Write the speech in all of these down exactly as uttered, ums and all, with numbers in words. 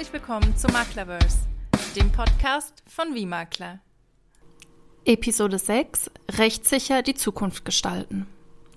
Herzlich willkommen zu Maklerverse, dem Podcast von Wie-Makler. Episode sechs: Rechtssicher die Zukunft gestalten.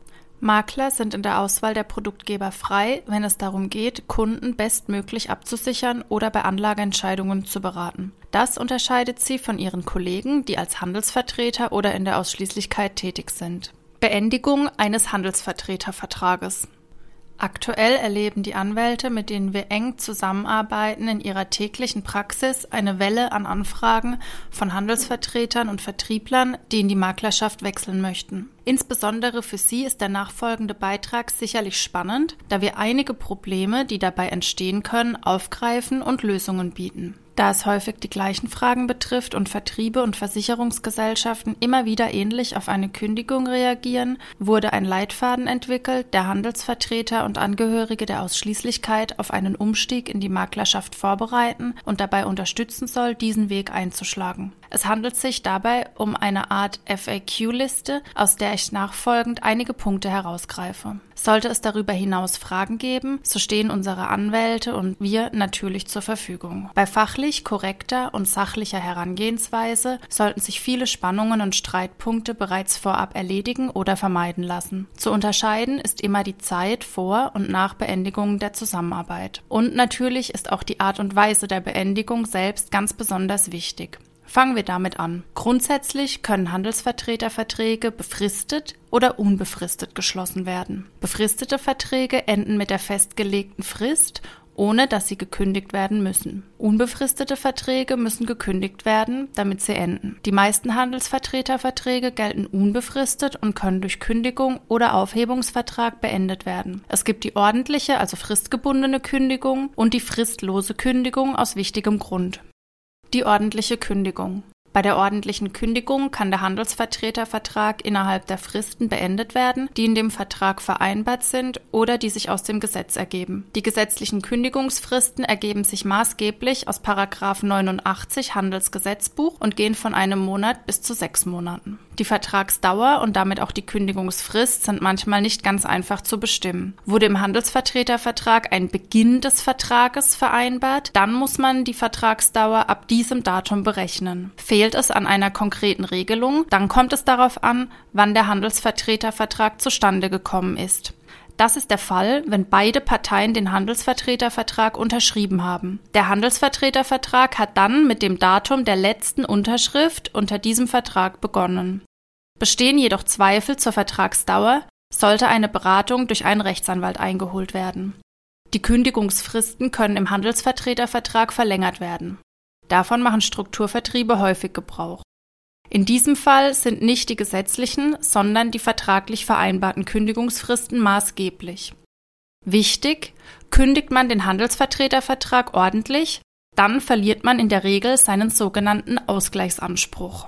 Makler sind in der Auswahl der Produktgeber frei, wenn es darum geht, Kunden bestmöglich abzusichern oder bei Anlageentscheidungen zu beraten. Das unterscheidet sie von ihren Kollegen, die als Handelsvertreter oder in der Ausschließlichkeit tätig sind. Beendigung eines Handelsvertretervertrages. Aktuell erleben die Anwälte, mit denen wir eng zusammenarbeiten, in ihrer täglichen Praxis eine Welle an Anfragen von Handelsvertretern und Vertrieblern, die in die Maklerschaft wechseln möchten. Insbesondere für sie ist der nachfolgende Beitrag sicherlich spannend, da wir einige Probleme, die dabei entstehen können, aufgreifen und Lösungen bieten. Da es häufig die gleichen Fragen betrifft und Vertriebe und Versicherungsgesellschaften immer wieder ähnlich auf eine Kündigung reagieren, wurde ein Leitfaden entwickelt, der Handelsvertreter und Angehörige der Ausschließlichkeit auf einen Umstieg in die Maklerschaft vorbereiten und dabei unterstützen soll, diesen Weg einzuschlagen. Es handelt sich dabei um eine Art F A Q-Liste, aus der ich nachfolgend einige Punkte herausgreife. Sollte es darüber hinaus Fragen geben, so stehen unsere Anwälte und wir natürlich zur Verfügung. Bei fachlich korrekter und sachlicher Herangehensweise sollten sich viele Spannungen und Streitpunkte bereits vorab erledigen oder vermeiden lassen. Zu unterscheiden ist immer die Zeit vor und nach Beendigung der Zusammenarbeit. Und natürlich ist auch die Art und Weise der Beendigung selbst ganz besonders wichtig. Fangen wir damit an. Grundsätzlich können Handelsvertreterverträge befristet oder unbefristet geschlossen werden. Befristete Verträge enden mit der festgelegten Frist, ohne dass sie gekündigt werden müssen. Unbefristete Verträge müssen gekündigt werden, damit sie enden. Die meisten Handelsvertreterverträge gelten unbefristet und können durch Kündigung oder Aufhebungsvertrag beendet werden. Es gibt die ordentliche, also fristgebundene Kündigung und die fristlose Kündigung aus wichtigem Grund. Die ordentliche Kündigung. Bei der ordentlichen Kündigung kann der Handelsvertretervertrag innerhalb der Fristen beendet werden, die in dem Vertrag vereinbart sind oder die sich aus dem Gesetz ergeben. Die gesetzlichen Kündigungsfristen ergeben sich maßgeblich aus Paragraph neunundachtzig Handelsgesetzbuch und gehen von einem Monat bis zu sechs Monaten. Die Vertragsdauer und damit auch die Kündigungsfrist sind manchmal nicht ganz einfach zu bestimmen. Wurde im Handelsvertretervertrag ein Beginn des Vertrages vereinbart, dann muss man die Vertragsdauer ab diesem Datum berechnen. Fehlt es an einer konkreten Regelung, dann kommt es darauf an, wann der Handelsvertretervertrag zustande gekommen ist. Das ist der Fall, wenn beide Parteien den Handelsvertretervertrag unterschrieben haben. Der Handelsvertretervertrag hat dann mit dem Datum der letzten Unterschrift unter diesem Vertrag begonnen. Bestehen jedoch Zweifel zur Vertragsdauer, sollte eine Beratung durch einen Rechtsanwalt eingeholt werden. Die Kündigungsfristen können im Handelsvertretervertrag verlängert werden. Davon machen Strukturvertriebe häufig Gebrauch. In diesem Fall sind nicht die gesetzlichen, sondern die vertraglich vereinbarten Kündigungsfristen maßgeblich. Wichtig: Kündigt man den Handelsvertretervertrag ordentlich, dann verliert man in der Regel seinen sogenannten Ausgleichsanspruch.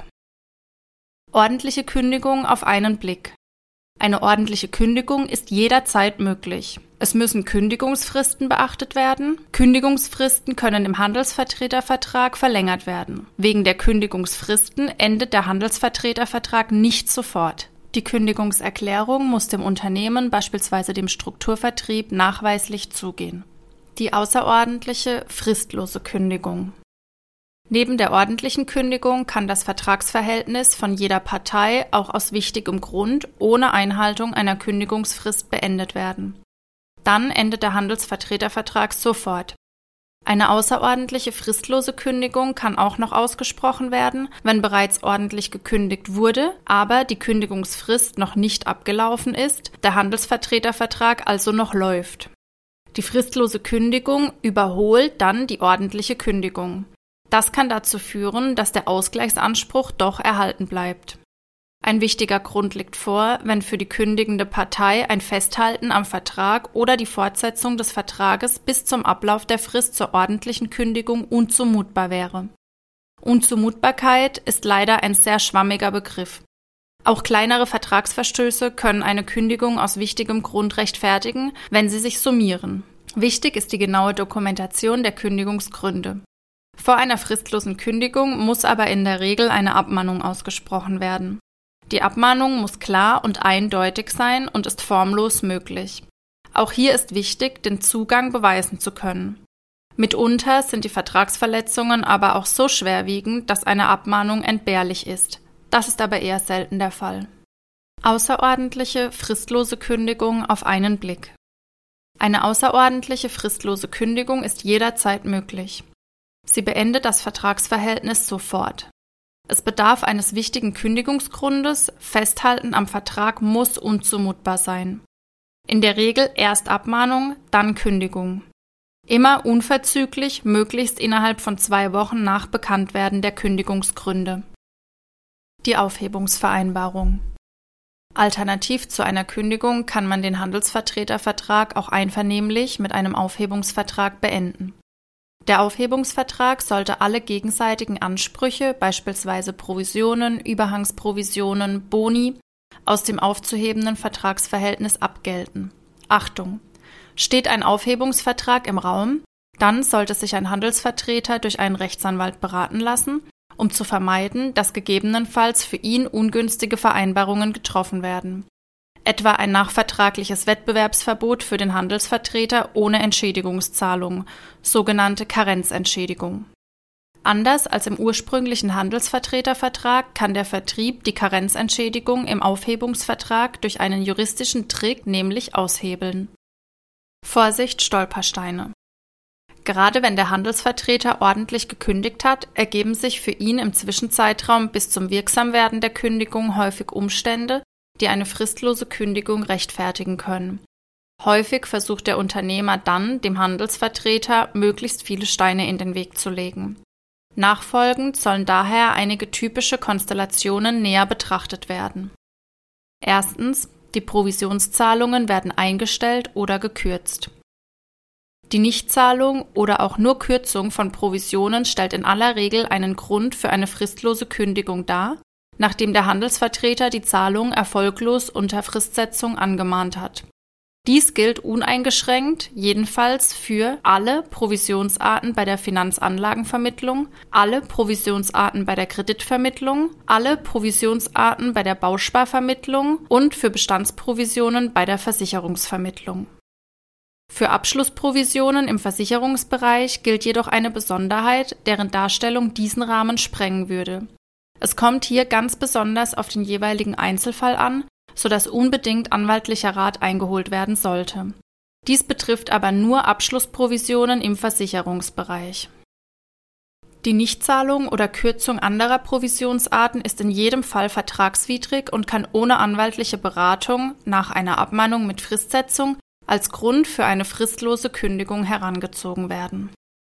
Ordentliche Kündigung auf einen Blick. Eine ordentliche Kündigung ist jederzeit möglich. Es müssen Kündigungsfristen beachtet werden. Kündigungsfristen können im Handelsvertretervertrag verlängert werden. Wegen der Kündigungsfristen endet der Handelsvertretervertrag nicht sofort. Die Kündigungserklärung muss dem Unternehmen, beispielsweise dem Strukturvertrieb, nachweislich zugehen. Die außerordentliche, fristlose Kündigung. Neben der ordentlichen Kündigung kann das Vertragsverhältnis von jeder Partei auch aus wichtigem Grund ohne Einhaltung einer Kündigungsfrist beendet werden. Dann endet der Handelsvertretervertrag sofort. Eine außerordentliche fristlose Kündigung kann auch noch ausgesprochen werden, wenn bereits ordentlich gekündigt wurde, aber die Kündigungsfrist noch nicht abgelaufen ist, der Handelsvertretervertrag also noch läuft. Die fristlose Kündigung überholt dann die ordentliche Kündigung. Das kann dazu führen, dass der Ausgleichsanspruch doch erhalten bleibt. Ein wichtiger Grund liegt vor, wenn für die kündigende Partei ein Festhalten am Vertrag oder die Fortsetzung des Vertrages bis zum Ablauf der Frist zur ordentlichen Kündigung unzumutbar wäre. Unzumutbarkeit ist leider ein sehr schwammiger Begriff. Auch kleinere Vertragsverstöße können eine Kündigung aus wichtigem Grund rechtfertigen, wenn sie sich summieren. Wichtig ist die genaue Dokumentation der Kündigungsgründe. Vor einer fristlosen Kündigung muss aber in der Regel eine Abmahnung ausgesprochen werden. Die Abmahnung muss klar und eindeutig sein und ist formlos möglich. Auch hier ist wichtig, den Zugang beweisen zu können. Mitunter sind die Vertragsverletzungen aber auch so schwerwiegend, dass eine Abmahnung entbehrlich ist. Das ist aber eher selten der Fall. Außerordentliche, fristlose Kündigung auf einen Blick. Eine außerordentliche, fristlose Kündigung ist jederzeit möglich. Sie beendet das Vertragsverhältnis sofort. Es bedarf eines wichtigen Kündigungsgrundes, Festhalten am Vertrag muss unzumutbar sein. In der Regel erst Abmahnung, dann Kündigung. Immer unverzüglich, möglichst innerhalb von zwei Wochen nach Bekanntwerden der Kündigungsgründe. Die Aufhebungsvereinbarung. Alternativ zu einer Kündigung kann man den Handelsvertretervertrag auch einvernehmlich mit einem Aufhebungsvertrag beenden. Der Aufhebungsvertrag sollte alle gegenseitigen Ansprüche, beispielsweise Provisionen, Überhangsprovisionen, Boni, aus dem aufzuhebenden Vertragsverhältnis abgelten. Achtung! Steht ein Aufhebungsvertrag im Raum, dann sollte sich ein Handelsvertreter durch einen Rechtsanwalt beraten lassen, um zu vermeiden, dass gegebenenfalls für ihn ungünstige Vereinbarungen getroffen werden. Etwa ein nachvertragliches Wettbewerbsverbot für den Handelsvertreter ohne Entschädigungszahlung, sogenannte Karenzentschädigung. Anders als im ursprünglichen Handelsvertretervertrag kann der Vertrieb die Karenzentschädigung im Aufhebungsvertrag durch einen juristischen Trick nämlich aushebeln. Vorsicht, Stolpersteine. Gerade wenn der Handelsvertreter ordentlich gekündigt hat, ergeben sich für ihn im Zwischenzeitraum bis zum Wirksamwerden der Kündigung häufig Umstände, die eine fristlose Kündigung rechtfertigen können. Häufig versucht der Unternehmer dann, dem Handelsvertreter möglichst viele Steine in den Weg zu legen. Nachfolgend sollen daher einige typische Konstellationen näher betrachtet werden. Erstens, die Provisionszahlungen werden eingestellt oder gekürzt. Die Nichtzahlung oder auch nur Kürzung von Provisionen stellt in aller Regel einen Grund für eine fristlose Kündigung dar, nachdem der Handelsvertreter die Zahlung erfolglos unter Fristsetzung angemahnt hat. Dies gilt uneingeschränkt, jedenfalls für alle Provisionsarten bei der Finanzanlagenvermittlung, alle Provisionsarten bei der Kreditvermittlung, alle Provisionsarten bei der Bausparvermittlung und für Bestandsprovisionen bei der Versicherungsvermittlung. Für Abschlussprovisionen im Versicherungsbereich gilt jedoch eine Besonderheit, deren Darstellung diesen Rahmen sprengen würde. Es kommt hier ganz besonders auf den jeweiligen Einzelfall an, sodass unbedingt anwaltlicher Rat eingeholt werden sollte. Dies betrifft aber nur Abschlussprovisionen im Versicherungsbereich. Die Nichtzahlung oder Kürzung anderer Provisionsarten ist in jedem Fall vertragswidrig und kann ohne anwaltliche Beratung nach einer Abmahnung mit Fristsetzung als Grund für eine fristlose Kündigung herangezogen werden.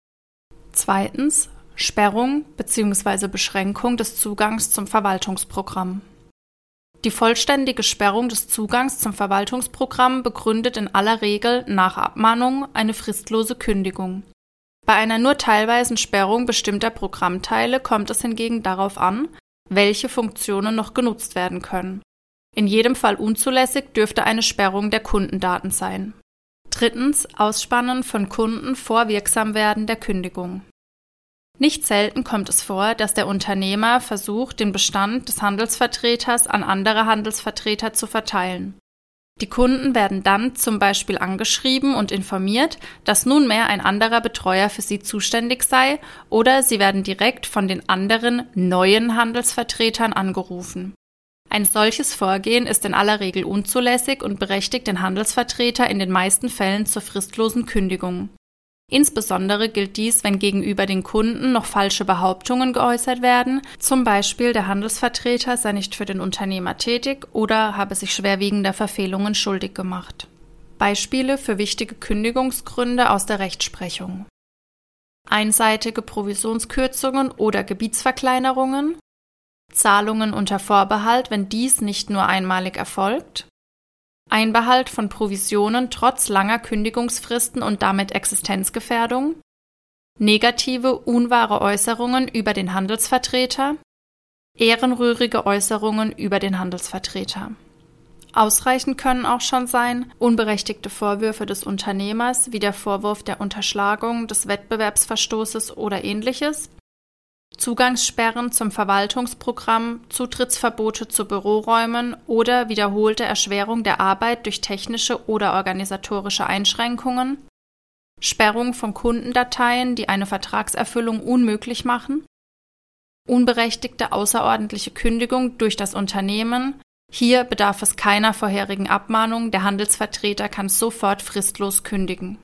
Zweitens, Sperrung bzw. Beschränkung des Zugangs zum Verwaltungsprogramm. Die vollständige Sperrung des Zugangs zum Verwaltungsprogramm begründet in aller Regel nach Abmahnung eine fristlose Kündigung. Bei einer nur teilweisen Sperrung bestimmter Programmteile kommt es hingegen darauf an, welche Funktionen noch genutzt werden können. In jedem Fall unzulässig dürfte eine Sperrung der Kundendaten sein. Drittens, Ausspannen von Kunden vor Wirksamwerden der Kündigung. Nicht selten kommt es vor, dass der Unternehmer versucht, den Bestand des Handelsvertreters an andere Handelsvertreter zu verteilen. Die Kunden werden dann zum Beispiel angeschrieben und informiert, dass nunmehr ein anderer Betreuer für sie zuständig sei, oder sie werden direkt von den anderen neuen Handelsvertretern angerufen. Ein solches Vorgehen ist in aller Regel unzulässig und berechtigt den Handelsvertreter in den meisten Fällen zur fristlosen Kündigung. Insbesondere gilt dies, wenn gegenüber den Kunden noch falsche Behauptungen geäußert werden, zum Beispiel der Handelsvertreter sei nicht für den Unternehmer tätig oder habe sich schwerwiegender Verfehlungen schuldig gemacht. Beispiele für wichtige Kündigungsgründe aus der Rechtsprechung: einseitige Provisionskürzungen oder Gebietsverkleinerungen, Zahlungen unter Vorbehalt, wenn dies nicht nur einmalig erfolgt, Einbehalt von Provisionen trotz langer Kündigungsfristen und damit Existenzgefährdung, negative, unwahre Äußerungen über den Handelsvertreter, ehrenrührige Äußerungen über den Handelsvertreter. Ausreichend können auch schon sein unberechtigte Vorwürfe des Unternehmers wie der Vorwurf der Unterschlagung, des Wettbewerbsverstoßes oder ähnliches, Zugangssperren zum Verwaltungsprogramm, Zutrittsverbote zu Büroräumen oder wiederholte Erschwerung der Arbeit durch technische oder organisatorische Einschränkungen, Sperrung von Kundendateien, die eine Vertragserfüllung unmöglich machen, unberechtigte außerordentliche Kündigung durch das Unternehmen. Hier bedarf es keiner vorherigen Abmahnung, der Handelsvertreter kann sofort fristlos kündigen.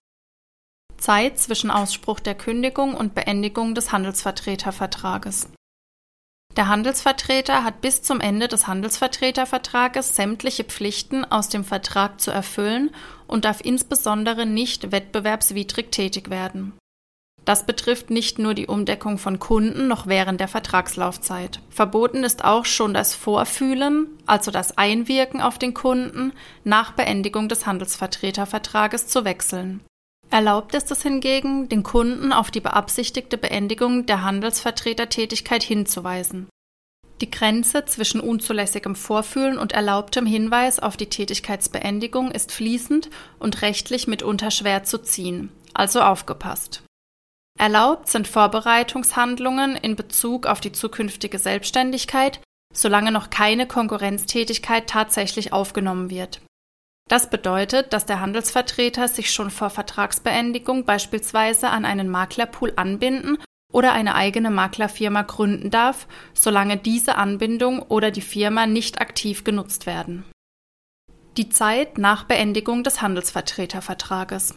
Zeit zwischen Ausspruch der Kündigung und Beendigung des Handelsvertretervertrages. Der Handelsvertreter hat bis zum Ende des Handelsvertretervertrages sämtliche Pflichten aus dem Vertrag zu erfüllen und darf insbesondere nicht wettbewerbswidrig tätig werden. Das betrifft nicht nur die Umdeckung von Kunden noch während der Vertragslaufzeit. Verboten ist auch schon das Vorfühlen, also das Einwirken auf den Kunden, nach Beendigung des Handelsvertretervertrages zu wechseln. Erlaubt ist es hingegen, den Kunden auf die beabsichtigte Beendigung der Handelsvertretertätigkeit hinzuweisen. Die Grenze zwischen unzulässigem Vorfühlen und erlaubtem Hinweis auf die Tätigkeitsbeendigung ist fließend und rechtlich mitunter schwer zu ziehen, also aufgepasst. Erlaubt sind Vorbereitungshandlungen in Bezug auf die zukünftige Selbstständigkeit, solange noch keine Konkurrenztätigkeit tatsächlich aufgenommen wird. Das bedeutet, dass der Handelsvertreter sich schon vor Vertragsbeendigung beispielsweise an einen Maklerpool anbinden oder eine eigene Maklerfirma gründen darf, solange diese Anbindung oder die Firma nicht aktiv genutzt werden. Die Zeit nach Beendigung des Handelsvertretervertrages.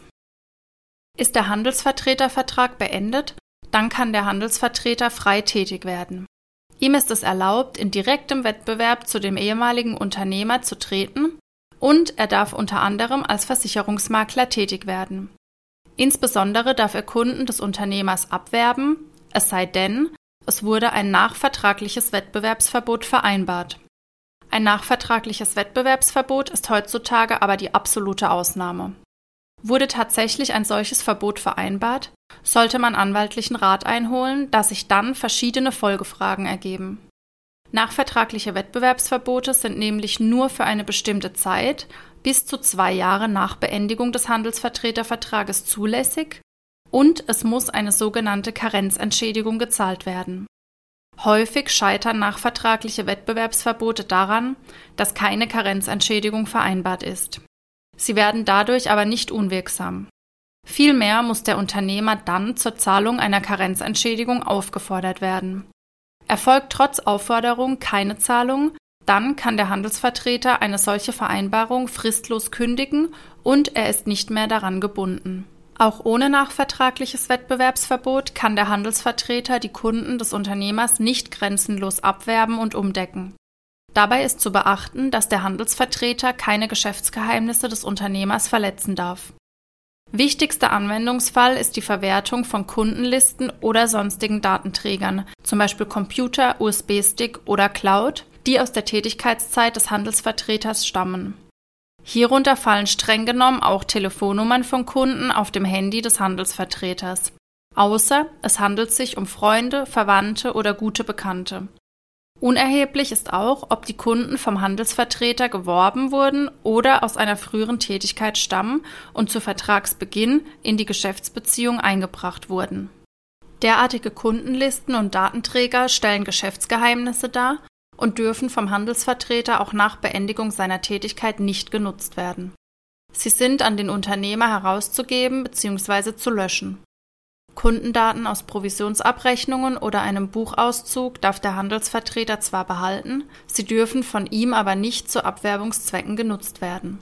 Ist der Handelsvertretervertrag beendet, dann kann der Handelsvertreter frei tätig werden. Ihm ist es erlaubt, in direktem Wettbewerb zu dem ehemaligen Unternehmer zu treten, und er darf unter anderem als Versicherungsmakler tätig werden. Insbesondere darf er Kunden des Unternehmers abwerben, es sei denn, es wurde ein nachvertragliches Wettbewerbsverbot vereinbart. Ein nachvertragliches Wettbewerbsverbot ist heutzutage aber die absolute Ausnahme. Wurde tatsächlich ein solches Verbot vereinbart, sollte man anwaltlichen Rat einholen, da sich dann verschiedene Folgefragen ergeben. Nachvertragliche Wettbewerbsverbote sind nämlich nur für eine bestimmte Zeit, bis zu zwei Jahre nach Beendigung des Handelsvertretervertrages zulässig, und es muss eine sogenannte Karenzentschädigung gezahlt werden. Häufig scheitern nachvertragliche Wettbewerbsverbote daran, dass keine Karenzentschädigung vereinbart ist. Sie werden dadurch aber nicht unwirksam. Vielmehr muss der Unternehmer dann zur Zahlung einer Karenzentschädigung aufgefordert werden. Erfolgt trotz Aufforderung keine Zahlung, dann kann der Handelsvertreter eine solche Vereinbarung fristlos kündigen und er ist nicht mehr daran gebunden. Auch ohne nachvertragliches Wettbewerbsverbot kann der Handelsvertreter die Kunden des Unternehmers nicht grenzenlos abwerben und umdecken. Dabei ist zu beachten, dass der Handelsvertreter keine Geschäftsgeheimnisse des Unternehmers verletzen darf. Wichtigster Anwendungsfall ist die Verwertung von Kundenlisten oder sonstigen Datenträgern, zum Beispiel Computer, U S B-Stick oder Cloud, die aus der Tätigkeitszeit des Handelsvertreters stammen. Hierunter fallen streng genommen auch Telefonnummern von Kunden auf dem Handy des Handelsvertreters, außer es handelt sich um Freunde, Verwandte oder gute Bekannte. Unerheblich ist auch, ob die Kunden vom Handelsvertreter geworben wurden oder aus einer früheren Tätigkeit stammen und zu Vertragsbeginn in die Geschäftsbeziehung eingebracht wurden. Derartige Kundenlisten und Datenträger stellen Geschäftsgeheimnisse dar und dürfen vom Handelsvertreter auch nach Beendigung seiner Tätigkeit nicht genutzt werden. Sie sind an den Unternehmer herauszugeben bzw. zu löschen. Kundendaten aus Provisionsabrechnungen oder einem Buchauszug darf der Handelsvertreter zwar behalten, sie dürfen von ihm aber nicht zu Abwerbungszwecken genutzt werden.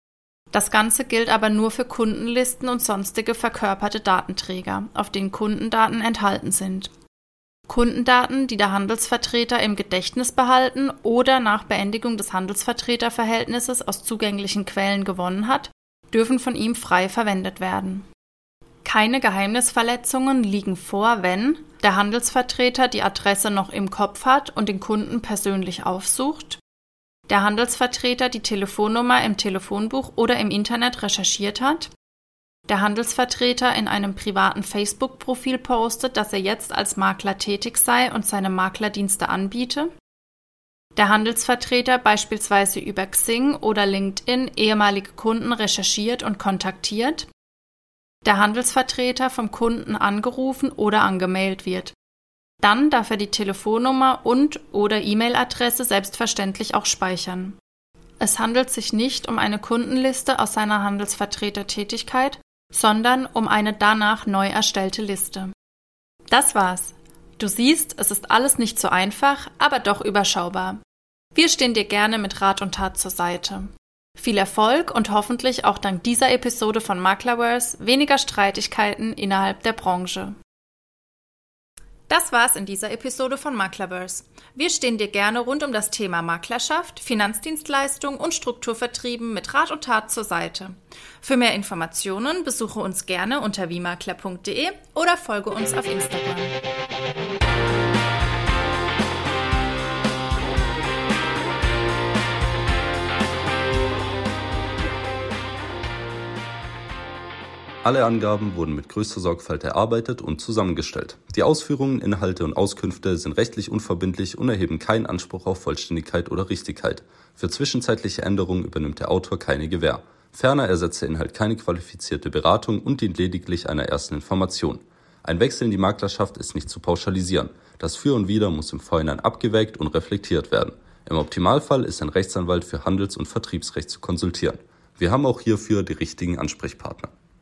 Das Ganze gilt aber nur für Kundenlisten und sonstige verkörperte Datenträger, auf denen Kundendaten enthalten sind. Kundendaten, die der Handelsvertreter im Gedächtnis behalten oder nach Beendigung des Handelsvertreterverhältnisses aus zugänglichen Quellen gewonnen hat, dürfen von ihm frei verwendet werden. Keine Geheimnisverletzungen liegen vor, wenn der Handelsvertreter die Adresse noch im Kopf hat und den Kunden persönlich aufsucht, der Handelsvertreter die Telefonnummer im Telefonbuch oder im Internet recherchiert hat, der Handelsvertreter in einem privaten Facebook-Profil postet, dass er jetzt als Makler tätig sei und seine Maklerdienste anbiete, der Handelsvertreter beispielsweise über Xing oder LinkedIn ehemalige Kunden recherchiert und kontaktiert, der Handelsvertreter vom Kunden angerufen oder angemailt wird. Dann darf er die Telefonnummer und oder E-Mail-Adresse selbstverständlich auch speichern. Es handelt sich nicht um eine Kundenliste aus seiner Handelsvertretertätigkeit, sondern um eine danach neu erstellte Liste. Das war's. Du siehst, es ist alles nicht so einfach, aber doch überschaubar. Wir stehen dir gerne mit Rat und Tat zur Seite. Viel Erfolg und hoffentlich auch dank dieser Episode von Maklerverse weniger Streitigkeiten innerhalb der Branche. Das war's in dieser Episode von Maklerverse. Wir stehen dir gerne rund um das Thema Maklerschaft, Finanzdienstleistung und Strukturvertrieben mit Rat und Tat zur Seite. Für mehr Informationen besuche uns gerne unter vimakler punkt de oder folge uns auf Instagram. Alle Angaben wurden mit größter Sorgfalt erarbeitet und zusammengestellt. Die Ausführungen, Inhalte und Auskünfte sind rechtlich unverbindlich und erheben keinen Anspruch auf Vollständigkeit oder Richtigkeit. Für zwischenzeitliche Änderungen übernimmt der Autor keine Gewähr. Ferner ersetzt der Inhalt keine qualifizierte Beratung und dient lediglich einer ersten Information. Ein Wechsel in die Maklerschaft ist nicht zu pauschalisieren. Das Für und Wider muss im Vorhinein abgewägt und reflektiert werden. Im Optimalfall ist ein Rechtsanwalt für Handels- und Vertriebsrecht zu konsultieren. Wir haben auch hierfür die richtigen Ansprechpartner.